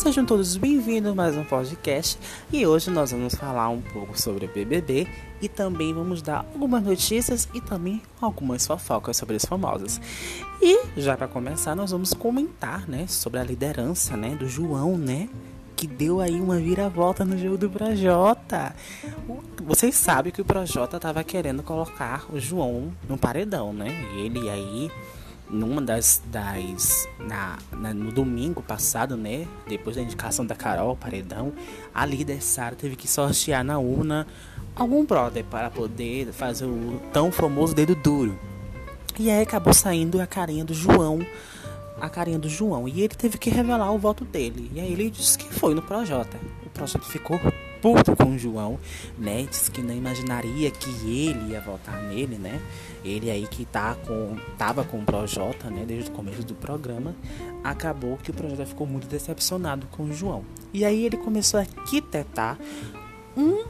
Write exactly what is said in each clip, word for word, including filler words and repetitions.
Sejam todos bem-vindos a mais um podcast e hoje nós vamos falar um pouco sobre o B B B e também vamos dar algumas notícias e também algumas fofocas sobre os famosos. E já para começar nós vamos comentar, né, sobre a liderança, né, do João, né, que deu aí uma viravolta no jogo do Projota. Vocês sabem que o Projota estava querendo colocar o João no paredão, né, e ele aí numa das, das na, na, no domingo passado, né, depois da indicação da Carol, paredão, a líder Sara teve que sortear na urna algum brother para poder fazer o tão famoso dedo duro. E aí acabou saindo a carinha do João, a carinha do João, e ele teve que revelar o voto dele. E aí ele disse que foi no Projota. O Projota ficou puto com o João, né? Disse que não imaginaria que ele ia votar nele, né? Ele aí que tá com, tava com o Projota, né? Desde o começo do programa. Acabou que o Projota ficou muito decepcionado com o João. E aí ele começou a arquitetar um,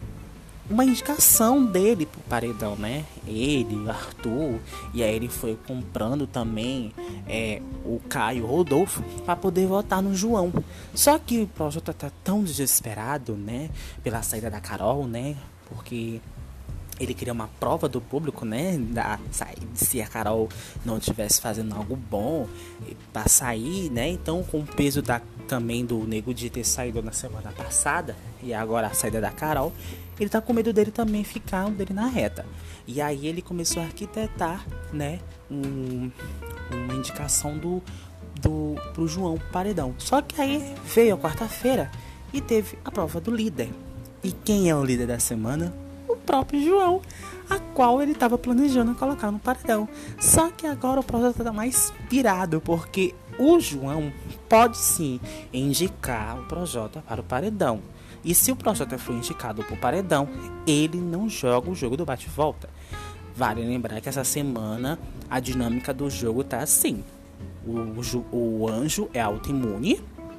uma indicação dele pro paredão, né? Ele, o Arthur, e aí ele foi comprando também é, o Caio Rodolfo para poder votar no João. Só que o Projota tá tão desesperado, né, pela saída da Carol, né, porque ele queria uma prova do público, né, da, se a Carol não estivesse fazendo algo bom para sair, né, então com o peso da, também do Nego de ter saído na semana passada e agora a saída da Carol, ele tá com medo dele também ficar dele na reta. E aí ele começou a arquitetar, né, um, uma indicação do, do, pro João paredão. Só que aí veio a quarta-feira e teve a prova do líder. E quem é o líder da semana? O próprio João, a qual ele estava planejando colocar no paredão. Só que agora o projeto está mais pirado, porque o João pode sim indicar o Projota para o paredão. E se o Projota for indicado para o paredão, ele não joga o jogo do bate-volta. Vale lembrar que essa semana a dinâmica do jogo tá assim. O, o anjo é autoimune.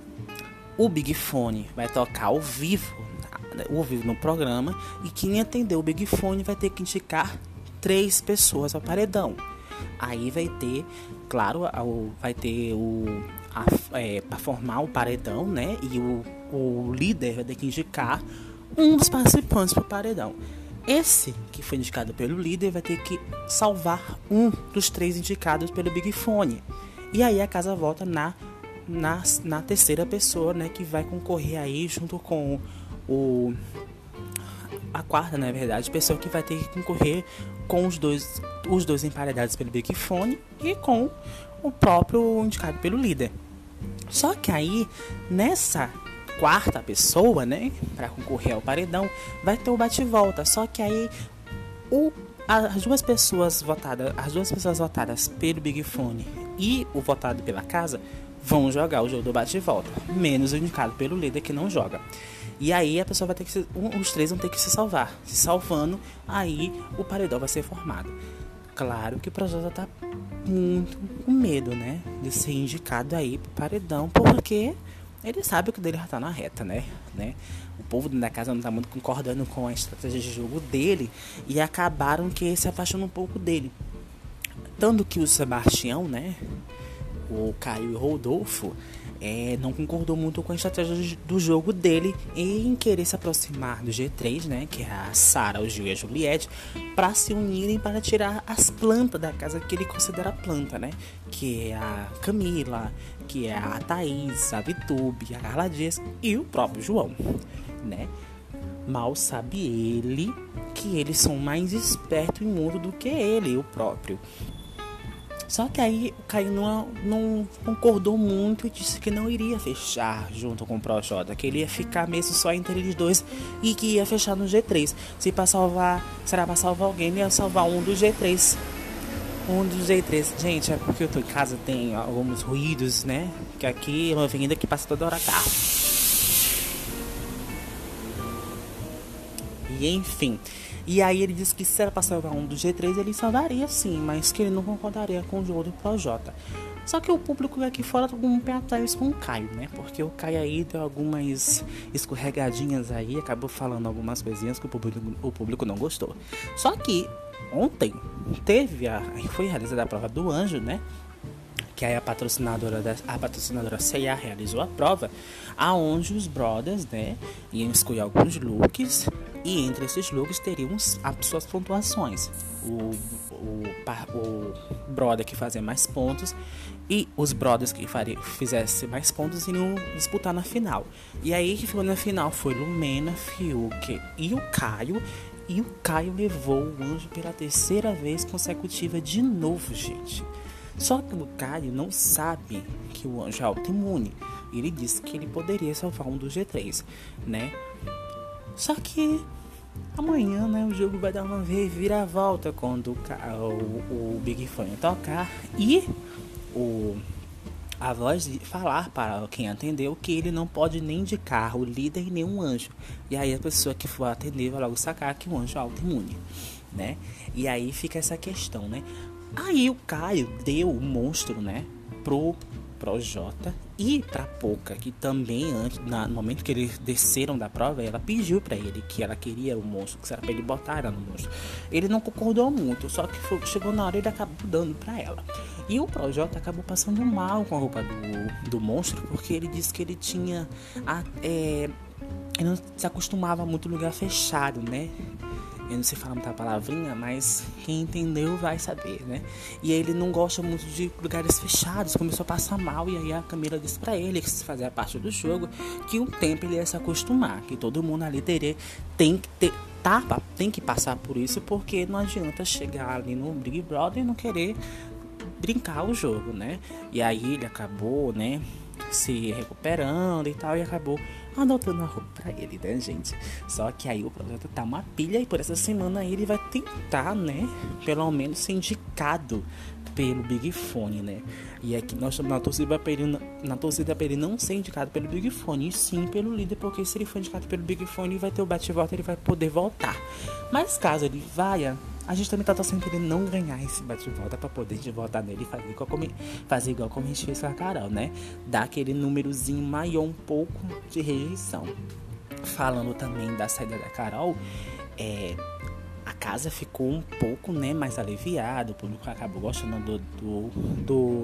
O Big Fone vai tocar ao vivo, ao vivo no programa. E quem entender o Big Fone vai ter que indicar três pessoas ao paredão. Aí vai ter, claro, vai ter o é, para formar o paredão, né? E o, o líder vai ter que indicar um dos participantes para o paredão. Esse que foi indicado pelo líder vai ter que salvar um dos três indicados pelo Big Fone. E aí a casa volta na, na, na terceira pessoa, né? Que vai concorrer aí junto com o... a quarta, na verdade, pessoa que vai ter que concorrer com os dois, os dois emparedados pelo Big Fone e com o próprio indicado pelo líder. Só que aí, nessa quarta pessoa, né, para concorrer ao paredão, vai ter o bate-volta. Só que aí, o, as duas pessoas votadas, as duas pessoas votadas pelo Big Fone e o votado pela casa vão jogar o jogo do bate-volta, menos o indicado pelo líder que não joga. E aí a pessoa vai ter que se, um, os três vão ter que se salvar. Se salvando, aí o paredão vai ser formado. Claro que o Projota tá muito com medo, né, de ser indicado aí pro paredão, porque ele sabe que o dele já tá na reta, né, né? O povo da casa não tá muito concordando com a estratégia de jogo dele e acabaram que se afastando um pouco dele. Tanto que o Sebastião, né, o Caio e o Rodolfo, É, não concordou muito com a estratégia do jogo dele em querer se aproximar do G três, né, que é a Sara, o Gil e a Juliette, para se unirem para tirar as plantas da casa que ele considera planta, né, que é a Camila, que é a Thaís, a Vitube, a Carla Dias e o próprio João, né. Mal sabe ele que eles são mais espertos em mundo do que ele, o próprio. Só que aí o Caio não, não concordou muito e disse que não iria fechar junto com o Projota, que ele ia ficar mesmo só entre eles dois e que ia fechar no G três. Se para salvar, será para salvar alguém, ele ia salvar um do G três. Um do G três. Gente, é porque eu tô em casa, tem alguns ruídos, né? Que aqui é uma avenida que passa toda hora carro. E enfim. E aí ele disse que se era para salvar um do G três, ele salvaria sim, mas que ele não concordaria com o jogo do Projota. Só que o público aqui fora tá com um pé atrás com o Caio, né? Porque o Caio aí deu algumas escorregadinhas aí, acabou falando algumas coisinhas que o público, o público não gostou. Só que ontem teve a, foi realizada a prova do anjo, né? que aí a patrocinadora da, a patrocinadora C e A realizou a prova, aonde os brothers, né, iam escolher alguns looks e entre esses looks teriam as suas pontuações. O, o, o brother que fazia mais pontos e os brothers que faria, fizessem mais pontos iriam disputar na final. E aí que ficou na final foi Lumena, Fiuk e o Caio. E o Caio levou o anjo pela terceira vez consecutiva de novo, gente. Só que o Caio não sabe que o anjo é autoimune. Ele disse que ele poderia salvar um do G três, né? Só que amanhã, né, o jogo vai dar uma reviravolta quando o, o, o Big Fone tocar e o, a voz falar para quem atendeu que ele não pode nem indicar o líder e nem um anjo. E aí a pessoa que for atender vai logo sacar que o anjo é autoimune, né? E aí fica essa questão, né? Aí o Caio deu o monstro, né, pro Projota e pra Poca, que também, antes, na, no momento que eles desceram da prova, ela pediu pra ele que ela queria o monstro, que era pra ele botar ela no monstro. Ele não concordou muito, só que foi, chegou na hora e ele acabou dando pra ela. E o Projota acabou passando mal com a roupa do, do monstro, porque ele disse que ele tinha... A, é, ele não se acostumava muito a lugar fechado, né? Eu não sei falar muita palavrinha, mas quem entendeu vai saber, né? E aí ele não gosta muito de lugares fechados, começou a passar mal. E aí a Camila disse pra ele, que se fazia parte do jogo, que um tempo ele ia se acostumar, que todo mundo ali teria, tem que ter, tá, tem que passar por isso, porque não adianta chegar ali no Big Brother e não querer brincar o jogo, né? E aí ele acabou, né, se recuperando e tal, e acabou adotando a roupa pra ele, né, gente? Só que aí o projeto tá uma pilha e por essa semana ele vai tentar, né, pelo menos ser indicado pelo Big Fone, né? E aqui nós estamos na torcida pra ele, na torcida pra ele não ser indicado pelo Big Fone, e sim pelo líder, porque se ele for indicado pelo Big Fone, vai ter o bate-volta, ele vai poder voltar. Mas caso ele vaia, a gente também tá torcendo pra ele não ganhar esse bate-volta pra poder de voltar nele e fazer igual, como, fazer igual como a gente fez com a Carol, né? Dar aquele númerozinho maior, um pouco de rejeição. Falando também da saída da Carol, é... a casa ficou um pouco, né, mais aliviada, o público acabou gostando do, do, do,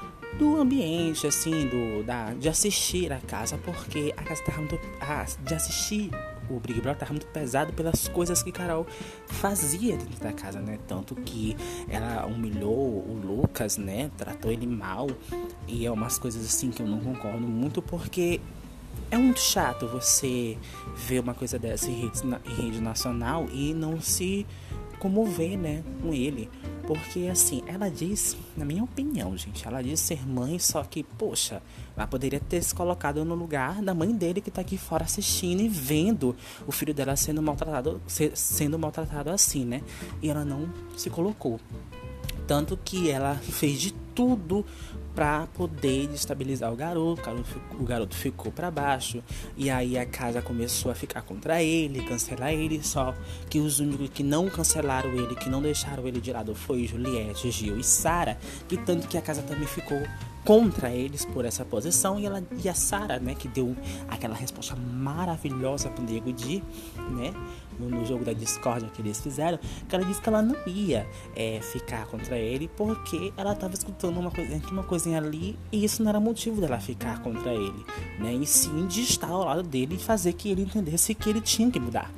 do ambiente, assim, do, da, de assistir a casa, porque a casa estava muito... A, de assistir o Big Brother estava muito pesado pelas coisas que Carol fazia dentro da casa, né? Tanto que ela humilhou o Lucas, né? Tratou ele mal, e é umas coisas assim que eu não concordo muito, porque... é muito chato você ver uma coisa dessa em rede, em rede nacional e não se comover, né, com ele. Porque, assim, ela diz, na minha opinião, gente, ela diz ser mãe, só que, poxa, ela poderia ter se colocado no lugar da mãe dele que tá aqui fora assistindo e vendo o filho dela sendo maltratado, sendo maltratado assim, né? E ela não se colocou. Tanto que ela fez de tudo para poder destabilizar o garoto. O garoto, ficou, o garoto ficou para baixo. E aí a casa começou a ficar contra ele, cancelar ele. Só que os únicos que não cancelaram ele, que não deixaram ele de lado, foi Juliette, Gil e Sara. E tanto que a casa também ficou contra eles por essa posição. E, ela, e a Sara, né, que deu aquela resposta maravilhosa pro Nego Di, né, no, no jogo da discórdia que eles fizeram, que ela disse que ela não ia é, ficar contra ele, porque ela estava escutando uma coisinha aqui, uma coisinha ali, e isso não era motivo dela ficar contra ele, né, e sim de estar ao lado dele e fazer que ele entendesse que ele tinha que mudar.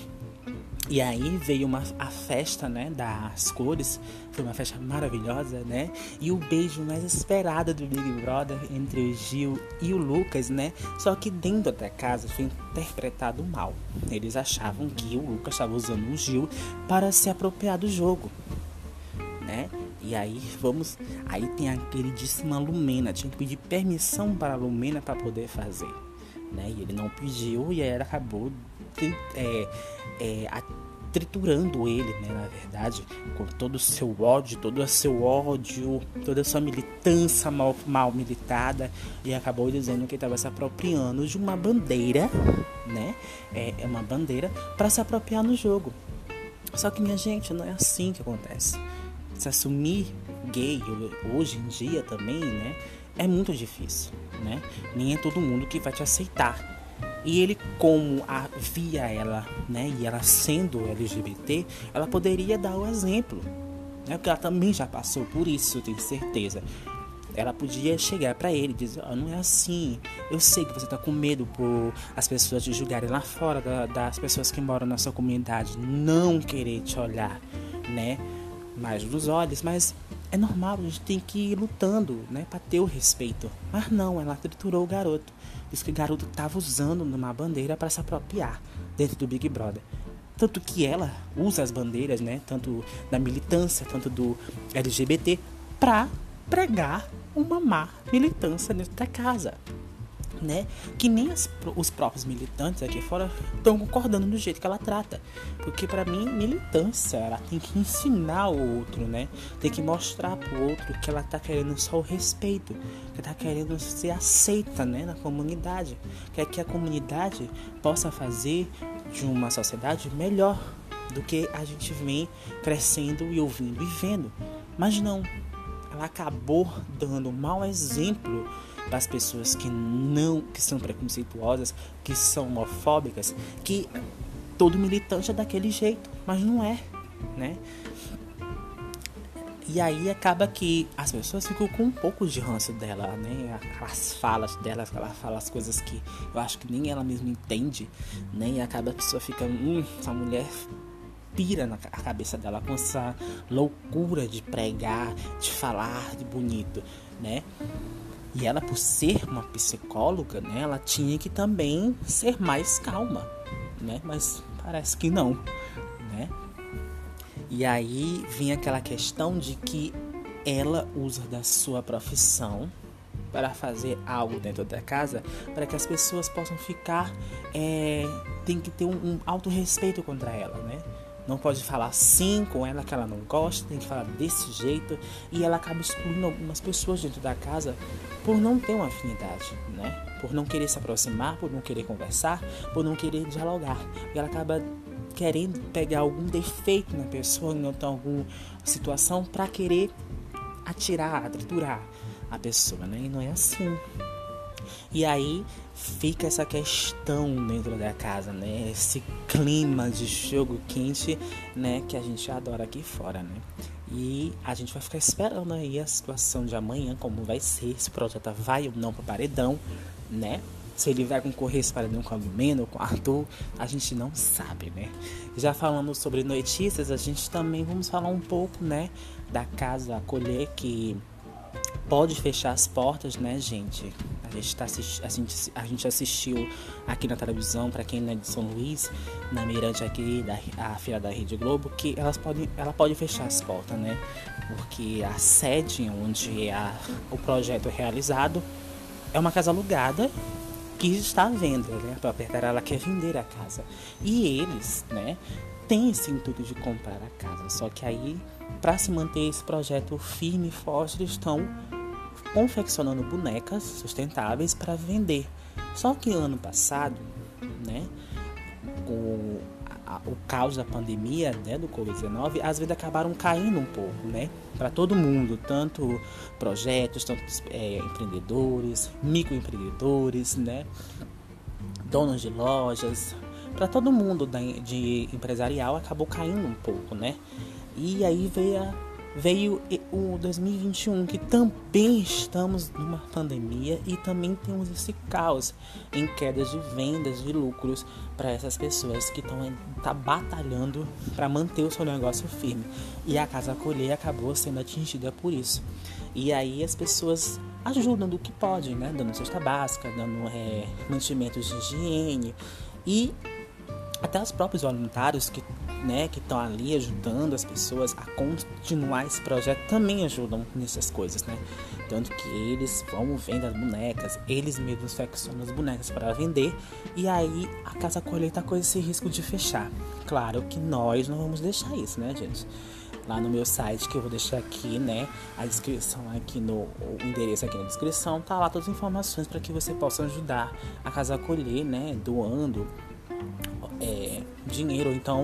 E aí veio uma, a festa, né, das cores, foi uma festa maravilhosa, né, e o beijo mais esperado do Big Brother entre o Gil e o Lucas, né, só que dentro da casa foi interpretado mal. Eles achavam que o Lucas estava usando o Gil para se apropriar do jogo, né, e aí vamos, aí tem a queridíssima Lumena, tinha que pedir permissão para a Lumena para poder fazer, né, e ele não pediu, e aí ela acabou é, é, a, triturando ele, né, na verdade, com todo o seu ódio, todo o seu ódio, toda a sua militância mal, mal militada, e acabou dizendo que estava se apropriando de uma bandeira, né, é, é uma bandeira para se apropriar no jogo. Só que, minha gente, não é assim que acontece. Se assumir gay hoje em dia também, né, é muito difícil, né, nem é todo mundo que vai te aceitar. E ele, como a, via ela, né, e ela sendo L G B T, ela poderia dar o exemplo, né, porque ela também já passou por isso, eu tenho certeza. ela podia chegar pra ele e dizer, ó, oh, não é assim, eu sei que você tá com medo por as pessoas te julgarem lá fora, da, das pessoas que moram na sua comunidade não querer te olhar, né, mais dos olhos, mas é normal, a gente tem que ir lutando, né, pra ter o respeito. Mas não, ela triturou o garoto, disse que o garoto tava usando uma bandeira para se apropriar dentro do Big Brother. Tanto que ela usa as bandeiras, né, tanto da militância, tanto do L G B T, pra pregar uma má militância dentro da casa, né? Que nem as, os próprios militantes aqui fora estão concordando do jeito que ela trata. Porque pra mim, militância, ela tem que ensinar o outro, né? Tem que mostrar pro outro que ela tá querendo só o respeito, que tá querendo ser aceita, né, na comunidade. Quer que a comunidade possa fazer de uma sociedade melhor do que a gente vem crescendo e ouvindo e vendo. Mas não, ela acabou dando um mau exemplo para as pessoas que não, que são preconceituosas, que são homofóbicas, que todo militante é daquele jeito, mas não é, né? E aí acaba que as pessoas ficam com um pouco de ranço dela, né? As falas dela, ela fala as coisas que eu acho que nem ela mesma entende, né? E acaba a pessoa ficando, hum, essa mulher pira na cabeça dela com essa loucura de pregar, de falar de bonito, né? E ela, por ser uma psicóloga, né, ela tinha que também ser mais calma, né? Mas parece que não, né? E aí vem aquela questão de que ela usa da sua profissão para fazer algo dentro da casa, para que as pessoas possam ficar, é, tem que ter um, um autorrespeito contra ela, né? Não pode falar sim com ela que ela não gosta, tem que falar desse jeito. E ela acaba excluindo algumas pessoas dentro da casa por não ter uma afinidade, né? Por não querer se aproximar, por não querer conversar, por não querer dialogar. E ela acaba querendo pegar algum defeito na pessoa, em alguma situação, para querer atirar, triturar a pessoa, né? E não é assim. E aí fica essa questão dentro da casa, né? Esse clima de jogo quente, né? Que a gente adora aqui fora, né? E a gente vai ficar esperando aí a situação de amanhã, como vai ser, se o projeto vai ou não para o paredão, né? Se ele vai concorrer esse paredão com a Lumena ou com o Arthur, a gente não sabe, né? Já falando sobre notícias, a gente também vamos falar um pouco, né? Da Casa Acolher, que pode fechar as portas, né, gente? A gente, tá assisti- a gente, a gente assistiu aqui na televisão, para quem não é de São Luís, na mirante aqui da a feira da Rede Globo, que elas podem, ela pode fechar as portas, né? Porque a sede onde é a, o projeto é realizado é uma casa alugada que está à venda, né? A proprietária, ela quer vender a casa. E eles, né, têm esse intuito de comprar a casa. Só que aí, para se manter esse projeto firme e forte, eles estão confeccionando bonecas sustentáveis para vender. Só que ano passado, né, com a, o caos da pandemia, né, do covid dezenove, as vendas acabaram caindo um pouco, né, para todo mundo, tanto projetos, tanto é, empreendedores, microempreendedores, né, donos de lojas, para todo mundo de empresarial acabou caindo um pouco, né. E aí veio a Veio o dois mil e vinte e um, que também estamos numa pandemia e também temos esse caos em quedas de vendas, de lucros para essas pessoas que estão tá batalhando para manter o seu negócio firme. E a Casa Acolher acabou sendo atingida por isso. E aí as pessoas ajudam do que podem, né? Dando cesta básica, dando é, mantimentos de higiene e até os próprios voluntários que né, que estão ali ajudando as pessoas a continuar esse projeto também ajudam nessas coisas, né? Tanto que eles vão vendo as bonecas, eles mesmos seccionam as bonecas para vender, e aí a Casa Acolher está com esse risco de fechar. Claro que nós não vamos deixar isso, né, gente? Lá no meu site, que eu vou deixar aqui, né, a descrição aqui no o endereço aqui na descrição, tá lá todas as informações para que você possa ajudar a Casa Acolher, né, doando é, dinheiro, ou então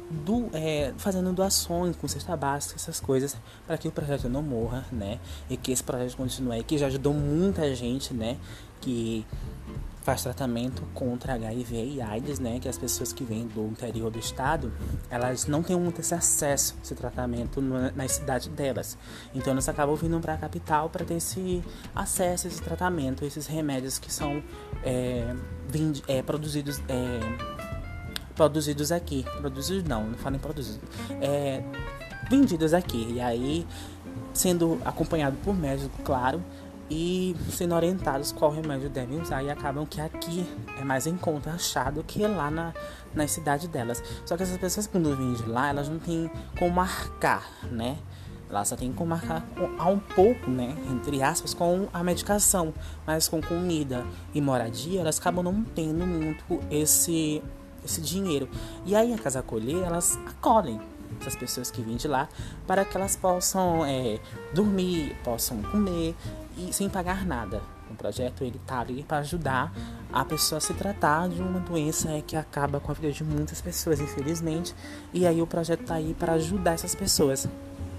do, é, fazendo doações com cesta básica, essas coisas, para que o projeto não morra, né? E que esse projeto continue aí, que já ajudou muita gente, né? Que faz tratamento contra H I V e AIDS, né? Que as pessoas que vêm do interior do estado, elas não têm muito esse acesso a esse tratamento na, na cidade delas. Então elas acabam vindo para a capital para ter esse acesso a esse tratamento, esses remédios que são é, vind, é, produzidos é, produzidos aqui. Produzidos não, não falem produzidos. É, vendidos aqui. E aí, sendo acompanhado por médico, claro, e sendo orientados qual remédio devem usar, e acabam que aqui é mais em conta achado que lá na, na cidade delas. Só que essas pessoas, quando vêm de lá, elas não têm como marcar, né? Elas só tem como marcar a um pouco, né? Entre aspas, com a medicação, mas com comida e moradia, elas acabam não tendo muito esse, esse dinheiro. E aí a Casa Acolher, elas acolhem essas pessoas que vêm de lá para que elas possam é, dormir, possam comer e sem pagar nada. O projeto ele tá ali para ajudar a pessoa a se tratar de uma doença é, que acaba com a vida de muitas pessoas, infelizmente. E aí o projeto tá aí para ajudar essas pessoas.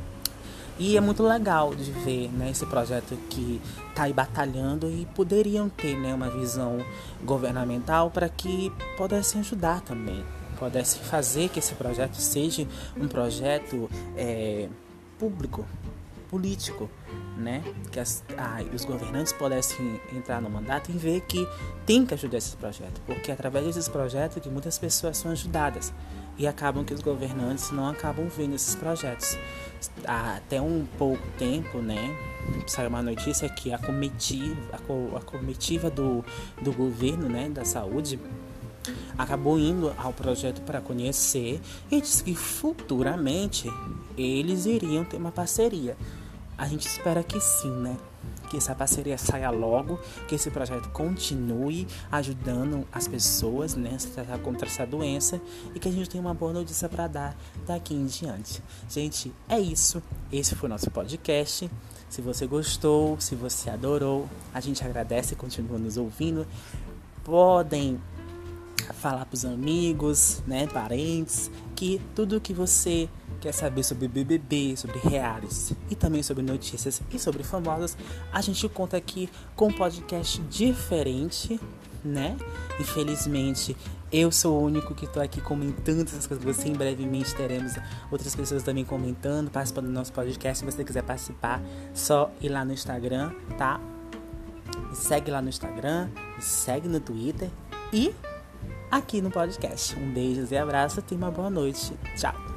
E é muito legal de ver, né, esse projeto que tá aí batalhando e poderiam ter, né, uma visão governamental para que pudessem ajudar também. Pudesse fazer que esse projeto seja um projeto é, público, político, né? Que as, ah, os governantes pudessem entrar no mandato e ver que tem que ajudar esse projeto, porque é através desses projetos que muitas pessoas são ajudadas e acabam que os governantes não acabam vendo esses projetos. Há até um pouco tempo, né? Saiu uma notícia que a comitiva, a, co, a comitiva do, do governo, né, da saúde, acabou indo ao projeto para conhecer e disse que futuramente eles iriam ter uma parceria. A gente espera que sim, né? Que essa parceria saia logo, que esse projeto continue ajudando as pessoas, né, a se tratar contra essa doença e que a gente tenha uma boa notícia para dar daqui em diante. Gente, é isso. Esse foi o nosso podcast. Se você gostou, se você adorou, a gente agradece e continua nos ouvindo. Podem falar para os amigos, né, parentes, que tudo que você quer saber sobre B B B, sobre realities e também sobre notícias e sobre famosos, a gente conta aqui com um podcast diferente, né? Infelizmente, eu sou o único que estou aqui comentando essas coisas com você. Em brevemente teremos outras pessoas também comentando, participando do nosso podcast. Se você quiser participar, só ir lá no Instagram, tá? Me segue lá no Instagram, me segue no Twitter e aqui no podcast. Um beijo e abraço, tenha uma boa noite. Tchau!